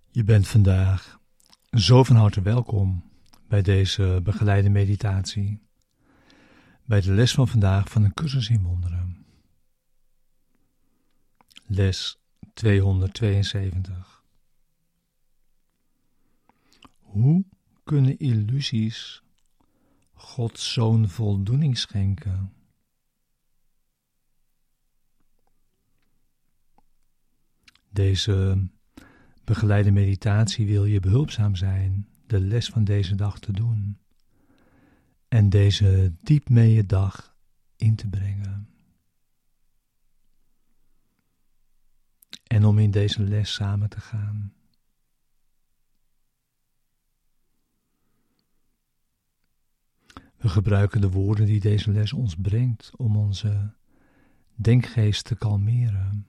Je bent vandaag zo van harte welkom bij deze begeleide meditatie, bij de les van vandaag van een cursus in wonderen. Les 272. Hoe kunnen illusies Gods Zoon voldoening schenken? Deze begeleide meditatie wil je behulpzaam zijn de les van deze dag te doen en deze diep mee je dag in te brengen. En om in deze les samen te gaan. We gebruiken de woorden die deze les ons brengt om onze denkgeest te kalmeren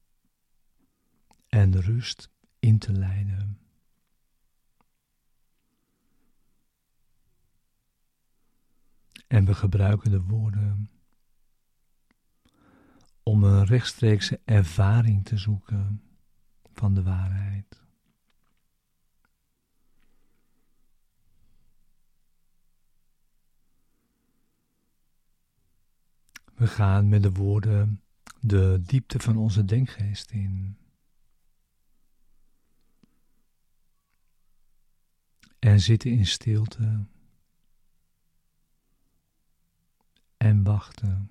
en rust in te leiden. En we gebruiken de woorden om een rechtstreekse ervaring te zoeken van de waarheid. We gaan met de woorden de diepte van onze denkgeest in. En zitten in stilte. En wachten.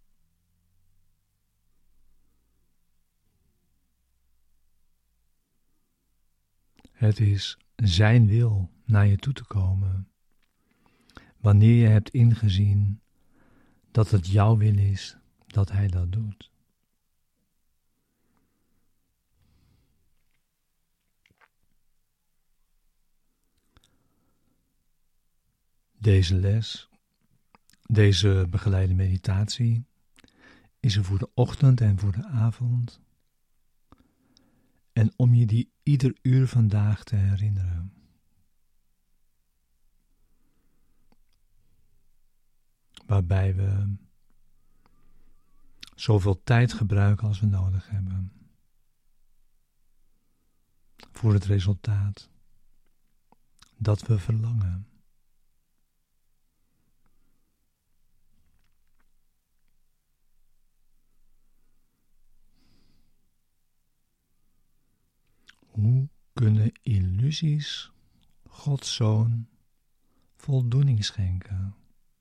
Het is zijn wil naar je toe te komen. Wanneer je hebt ingezien dat het jouw wil is dat hij dat doet. Deze les, deze begeleide meditatie, is er voor de ochtend en voor de avond. En om je die ieder uur vandaag te herinneren. Waarbij we zoveel tijd gebruiken als we nodig hebben. Voor het resultaat dat we verlangen. Hoe kunnen illusies Gods Zoon voldoening schenken?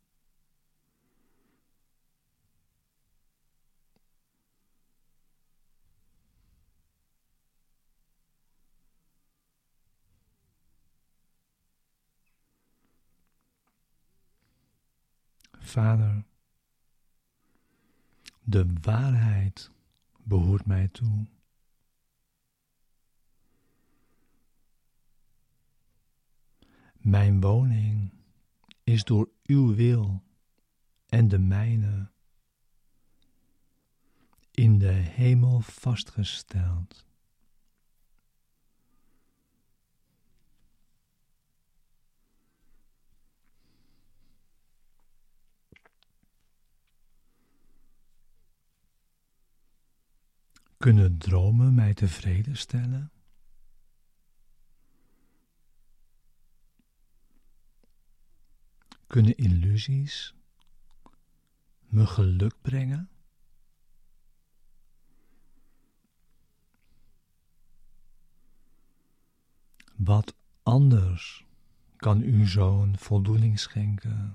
Vader, de waarheid behoort mij toe. Mijn woning is door uw wil en de mijne in de hemel vastgesteld. Kunnen dromen mij tevreden stellen? Kunnen illusies me geluk brengen? Wat anders kan uw Zoon voldoening schenken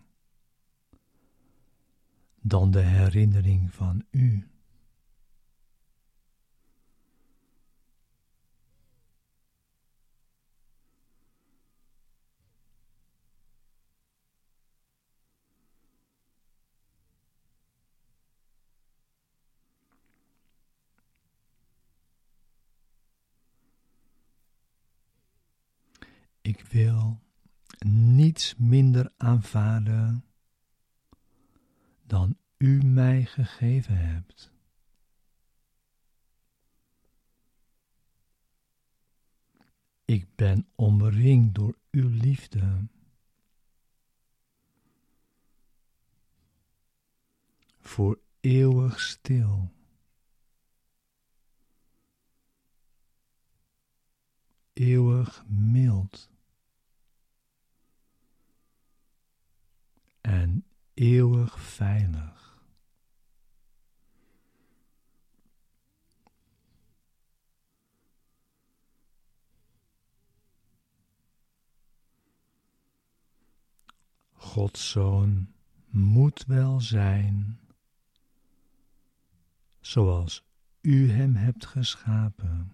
dan de herinnering van u? Ik wil niets minder aanvaarden dan u mij gegeven hebt. Ik ben omringd door uw liefde. Voor eeuwig stil. eeuwig mild en eeuwig veilig. Gods Zoon moet wel zijn zoals u hem hebt geschapen.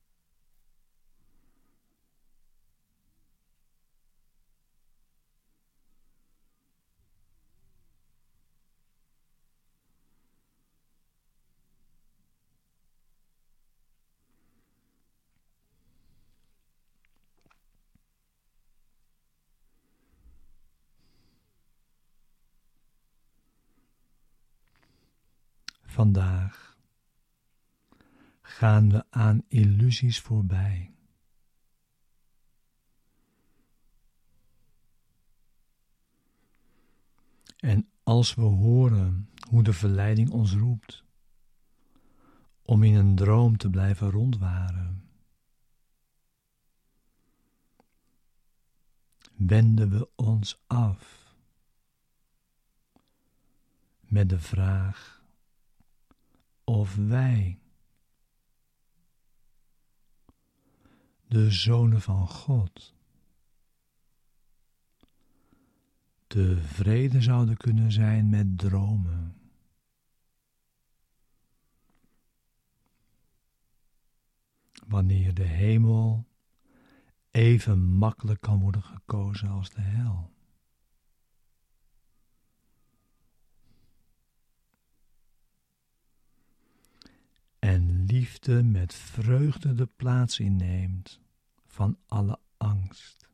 Vandaag gaan we aan illusies voorbij. En als we horen hoe de verleiding ons roept om in een droom te blijven rondwaren, wenden we ons af met de vraag of wij, de zonen van God, tevreden zouden kunnen zijn met dromen. Wanneer de hemel even makkelijk kan worden gekozen als de hel. En liefde met vreugde de plaats inneemt van alle angst.